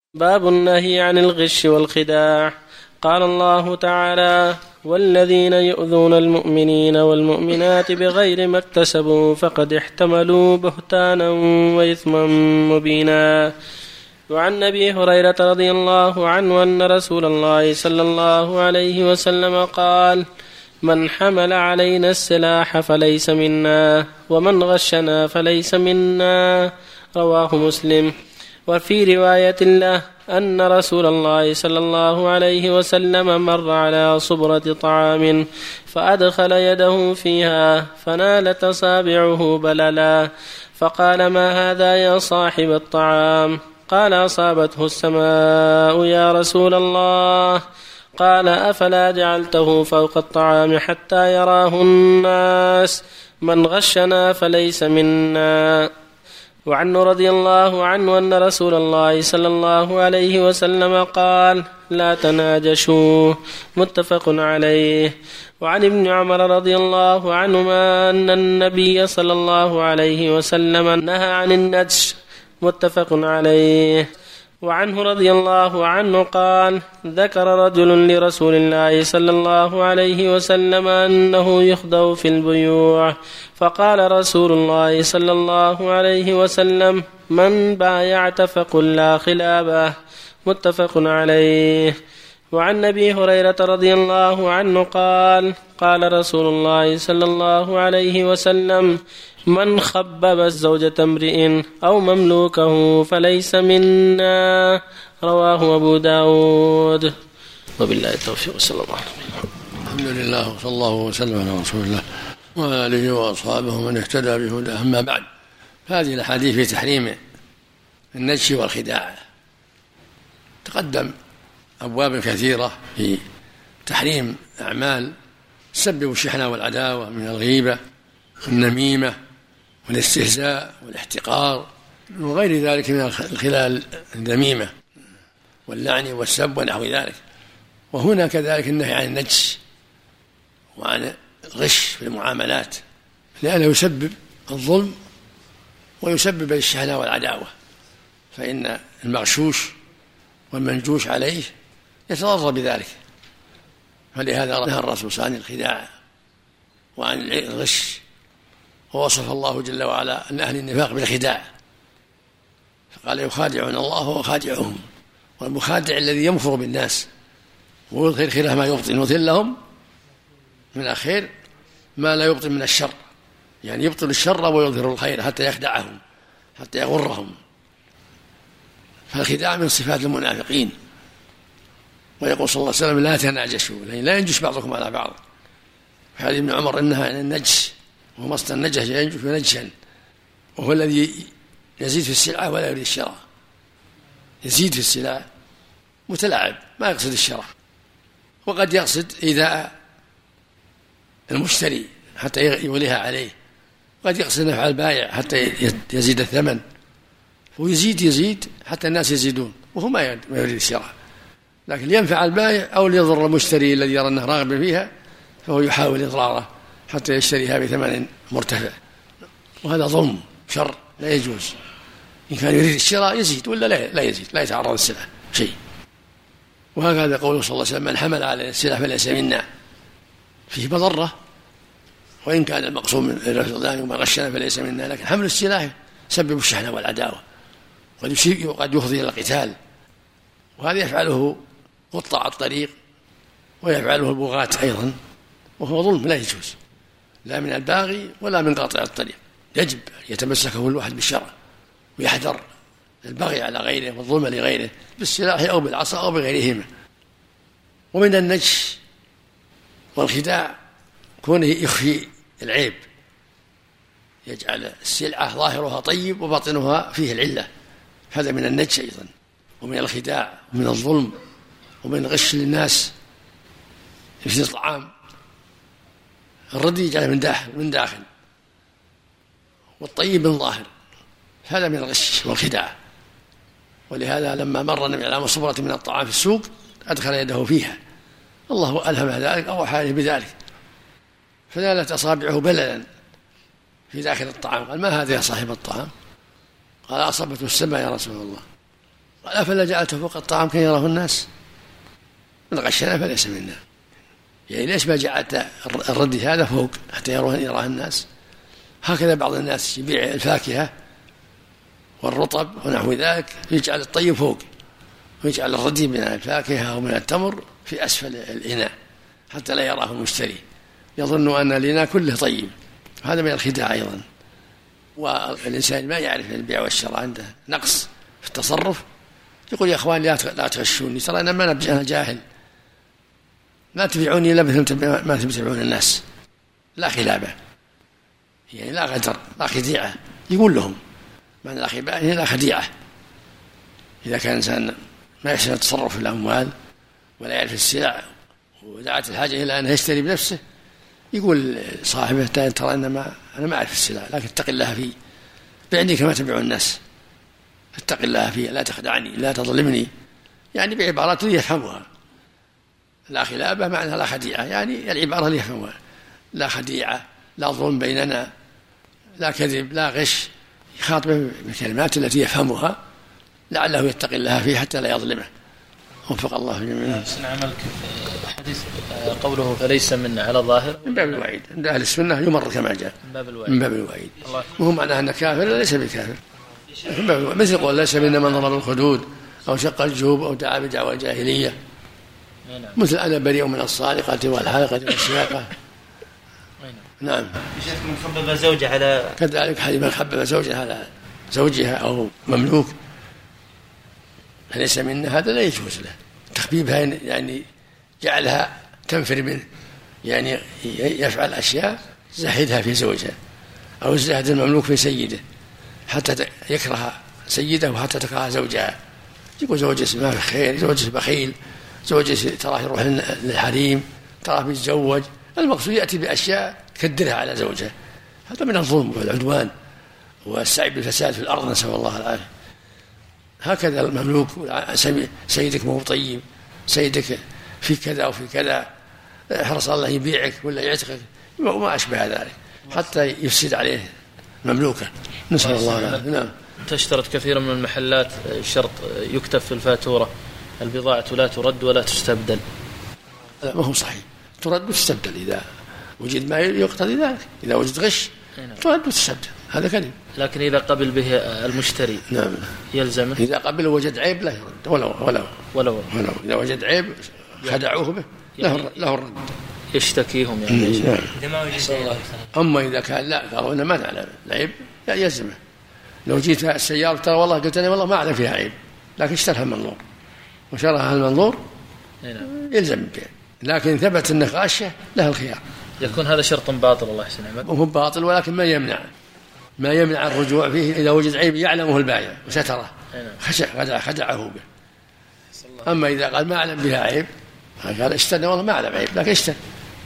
باب النهي عن الغش والخداع. قال الله تعالى: والذين يؤذون المؤمنين والمؤمنات بغير ما اكتسبوا فقد احتملوا بهتانا وإثما مبينا. وعن أبي هريرة رضي الله عنه أن رسول الله صلى الله عليه وسلم قال: من حمل علينا السلاح فليس منا ومن غشنا فليس منا. رواه مسلم. وفي رواية له أن رسول الله صلى الله عليه وسلم مر على صبرة طعام فأدخل يده فيها فنالت أصابعه بللا، فقال: ما هذا يا صاحب الطعام؟ قال: أصابته السماء يا رسول الله. قال: أفلا جعلته فوق الطعام حتى يراه الناس؟ من غشنا فليس منا. وعنه رضي الله عنه أن رسول الله صلى الله عليه وسلم قال: لا تناجشوا. متفق عليه. وعن ابن عمر رضي الله عنهما أن النبي صلى الله عليه وسلم نهى عن النجش. متفق عليه. وعنه رضي الله عنه قال: ذكر رجل لرسول الله صلى الله عليه وسلم أنه يخدع في البيوع، فقال رسول الله صلى الله عليه وسلم: من بايعت فقل لا خلابه. متفق عليه. وعن أبي هريرة رضي الله عنه قال: قال رسول الله صلى الله عليه وسلم: من خبب زوجة امرئ أو مملوكه فليس منا. رواه أبو داود. وبالله التوفيق. صلى الله عليه وسلم. الحمد لله وصلى الله وسلم على رسول الله وآله وأصحابه من اهتدى بهداه. أما بعد، هذه الأحاديث في تحريم النجش والخداع. تقدم أبواب كثيرة في تحريم أعمال تسبب الشحنة والعداوة من الغيبة والنميمة والاستهزاء والاحتقار وغير ذلك من الخلال الذميمة واللعن والسب ونحو ذلك. وهنا كذلك النهي عن النجش وعن الغش في المعاملات، لأنه يسبب الظلم ويسبب الشحنة والعداوة، فإن المغشوش والمنجوش عليه يتضرر بذلك. فلهذا نهى الرسول صلى الله عليه وسلم عن الخداع وعن الغش، ووصف الله جل وعلا أن أهل النفاق بالخداع، فقال: يخادعون الله وخادعهم. والمخادع الذي يمكر بالناس ويظهر خلاف ما يبطن، يظهر لهم من الخير ما لا يبطن من الشر، يعني يبطل الشر ويظهر الخير حتى يخدعهم حتى يغرهم. فالخداع من صفات المنافقين. ويقول صلى الله عليه وسلم: لا تناجشوا، لا ينجش بعضكم على بعض. في حديث ابن عمر إنها عن النجش، وهو مصدر النجش ينجش نجشا، وهو الذي يزيد في السلعة ولا يريد الشراء. يزيد في السلعة متلاعب ما يقصد الشراء، وقد يقصد إيذاء المشتري حتى يوليها عليه، وقد يقصد نفع البائع حتى يزيد الثمن، ويزيد حتى الناس يزيدون وهو ما يريد الشراء، لكن ينفع البائع أو ليضر المشتري الذي يرى أنه راغب فيها، فهو يحاول إضراره حتى يشتريها بثمن مرتفع. وهذا ظلم شر لا يجوز. إن كان يريد الشراء يزيد، ولا لا يزيد، لا يتعرض السلع شيء. وهكذا قوله صلى الله عليه وسلم: من حمل على السلع فليس منا. فيه مضرة، وإن كان المقصود من الرفضان وما غشنا فليس منا، لكن حمل السلاح يسبب الشحنة والعداوة وقد يفضي إلى القتال. وهذا يفعله قطاع الطريق ويفعله البغاة أيضا، وهو ظلم لا يجوز، لا من الباغي ولا من قاطع الطريق. يجب يتمسكه الواحد بالشرع ويحذر البغي على غيره والظلم لغيره بالسلاح أو بالعصا أو بغيرهما. ومن النجش والخداع كونه يخفي العيب، يجعل السلعة ظاهرها طيب وباطنها فيه العلة، هذا من النجش أيضا، ومن الخداع ومن الظلم ومن الغش للناس. في الطعام الردي يجعله من داخل والطيب من ظاهر، هذا من الغش والخداع. ولهذا لما مر النبي على مصبرة من الطعام في السوق أدخل يده فيها، الله ألهمه ذلك أو أوحى بذلك، فنالت أصابعه بللا في داخل الطعام. قال: ما هذا يا صاحب الطعام؟ قال: أصابته السماء يا رسول الله. قال أفلا جعلته فوق الطعام كي يراه الناس؟ من غشنا فليس منا. يعني ليش ما جعلت الردي هذا فوق حتى يراه الناس؟ هكذا بعض الناس يبيع الفاكهة والرطب ونحو ذلك يجعل الطيب فوق ويجعل الردي من الفاكهة أو من التمر في أسفل الإناء حتى لا يراه المشتري، يظن أن الإناء كله طيب. هذا من الخداع أيضا. والإنسان ما يعرف البيع والشراء، عنده نقص في التصرف، يقول يا أخوان لا تغشوني، ترى أنا جاهل، لا تبيعوني إلا مثل ما تبيعون الناس، لا خلابة، يعني لا غدر، لا خديعة. يقول لهم معنى لا خباء لا خديعة. إذا كان إنسان ما يحسن التصرف في الأموال ولا يعرف السلع ودعت الحاجة إلى أن يشتري بنفسه، يقول صاحبه ترى أنا ما أعرف السلع، لكن اتق الله فيه، بعني كما تبيع الناس، اتق الله فيه، لا تخدعني، لا تظلمني، يعني بعبارات يفهمها. لا خلابة معناها لا خديعة، يعني العبارة اللي يفهمها، لا خديعة، لا ظلم بيننا، لا كذب، لا غش، يخاطبه بالكلمات التي يفهمها لعله يتقي الله فيه حتى لا يظلمه. وفق الله جميعا. حسن عملك حديث قوله فليس منا على ظاهر من باب الوعيد، عند أهل السنة يمر كما جاء من باب الوعيد، وهو معناه أن كافر ليس بكافر، مثل قول ليس منا من ضرب الخدود أو شق الجيوب أو دعا بدعوى الجاهلية، مثل أنا بريء من الصالقة والحالقة والسياقة. نعم. من خبب زوجة على كذلك حديث من خبب زوجها على زوجها أو مملوك فليس منا، هذا لا يجوز له تخبيبها، يعني جعلها تنفر منه، يعني يفعل أشياء زهدها في زوجها أو زهد المملوك في سيده حتى يكره سيده وحتى تكره زوجها. يقول زوجي ما في خير، زوجي بخيل، زوجي تراه يروح للحريم، تراه بيتزوج. المقصود يأتي بأشياء كدرها على زوجها، هذا من الظلم والعدوان والسعي بالفساد في الأرض، نسأل الله العافية. هكذا المملوك سيدك مو طيب، سيدك في كذا وفي كذا، حرص الله يبيعك ولا يعتقك وما أشبه ذلك حتى يفسد عليه مملوكه، نسأل الله العافية. نعم. تشترط كثيرا من المحلات شرط يكتب في الفاتورة البضاعة لا ترد ولا تستبدل. لا، ما هو صحيح، ترد وتستبدل إذا وجد ما يقتضي ذلك، إذا وجد غش ترد وتستبدل، هذا كلمة. لكن إذا قبل به المشتري نعم يلزمه، إذا قبل وجد عيب لا يرد ولو إذا وجد عيب خدعوه به له الرد، يشتكيهم يعني. نعم. أما إذا كان لا قالوا إنه ما نعلم العيب لا يلزمه. لو جيت السيارة ترى والله قلت أنا والله ما أعلم فيها عيب، لكن اشترها المنظور وشرها المنظور يلزم البيع، لكن ثبت أنه غاشة له الخيار. يكون هذا شرط باطل. الله يحسن عملك. وهو باطل، ولكن ما يمنع الرجوع فيه إذا وجد عيب يعلمه البائع وستره خدعه به. أما إذا قال ما أعلم بها عيب، قال اشتري والله ما أعلم عيب، لكن اشتري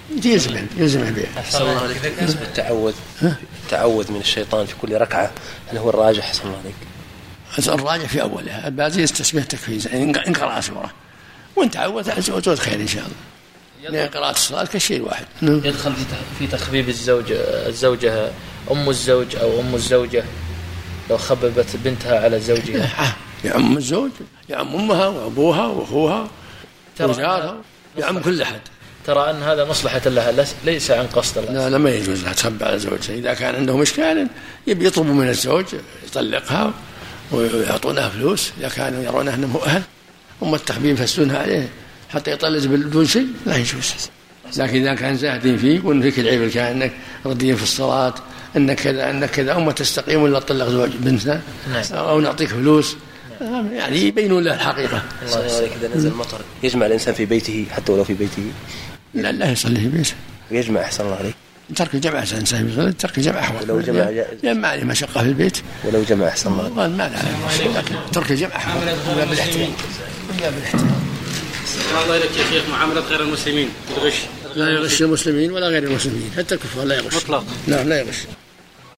يلزمه البيع. أحسن الله عليك. بالنسبة التعوذ من الشيطان في كل ركعة، هل هو الراجح؟ أحسن الله عليك. الراجح في أولها، الباقي يستسمح تكفيز، يعني إن قرأ سورة وإن تعوذ زود خير إن شاء الله. لأن قراءة الصلاة كالشيء الواحد. يدخل في تخبيب الزوجة أم الزوج أو أم الزوجة لو خببت بنتها على زوجها، يعم الزوج، يعم أمها وأبوها وأخوها وجارها، يعم كل أحد. ترى أن هذا مصلحة لها ليس عن قصد. لا ما يجوز لها تخبى على زوجها. إذا كان عنده مشكلة يطلبوا من الزوج يطلقها ويعطونها فلوس إذا كانوا يرون أنه أهل. أما التخبيب يفسدونها عليه حتى يطلق بدون شيء لا يجوز. لكن إذا كان زاهدين فيك وإن فيك العيب كان أنك ردين في الصلاة أنك كذا أما تستقيم ولا تطلق زوج بنتنا أو نعطيك فلوس، يعني يبينون له الحقيقة. الله عليك. إذا نزل مطر يجمع الإنسان في بيته حتى ولو في بيته؟ لا يصلي في بيته ويجمع. أحسن الله عليك. ترك الجمع إنسان يصلي، ترك الجمع أحوال. ولو جمع يجمع عليه مشقة في البيت. ولو جمع أحسن الله. ما لا لكن ترك الجمع أحوال. ولا بالاحتمال. الله يلك يا شيخ معاملة غير المسلمين بالغش. لا يغش المسلمين ولا غير المسلمين، حتى الكفار لا يغش مطلق. لا يغش.